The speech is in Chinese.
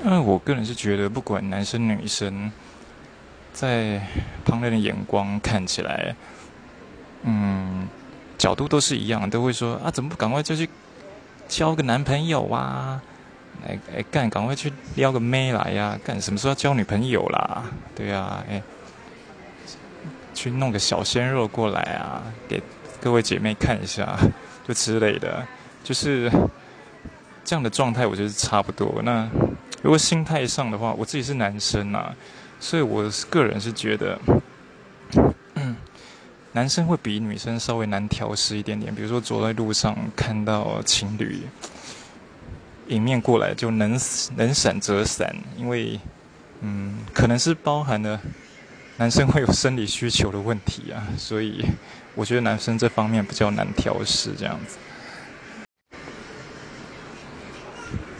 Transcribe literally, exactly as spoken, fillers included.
嗯，我个人是觉得，不管男生女生，在旁人的眼光看起来，嗯，角度都是一样，都会说啊，怎么不赶快就去交个男朋友啊？哎哎，干，赶快去撩个妹来呀、啊！干，什么时候要交女朋友啦？对呀、啊，哎，去弄个小鲜肉过来啊，给各位姐妹看一下，就之类的，就是这样的状态，我觉得是差不多。那如果心态上的话，我自己是男生啊，所以我个人是觉得，男生会比女生稍微难调试一点点。比如说走在路上看到情侣迎面过来，就能能闪则闪，因为嗯，可能是包含了男生会有生理需求的问题啊，所以我觉得男生这方面比较难调试这样子。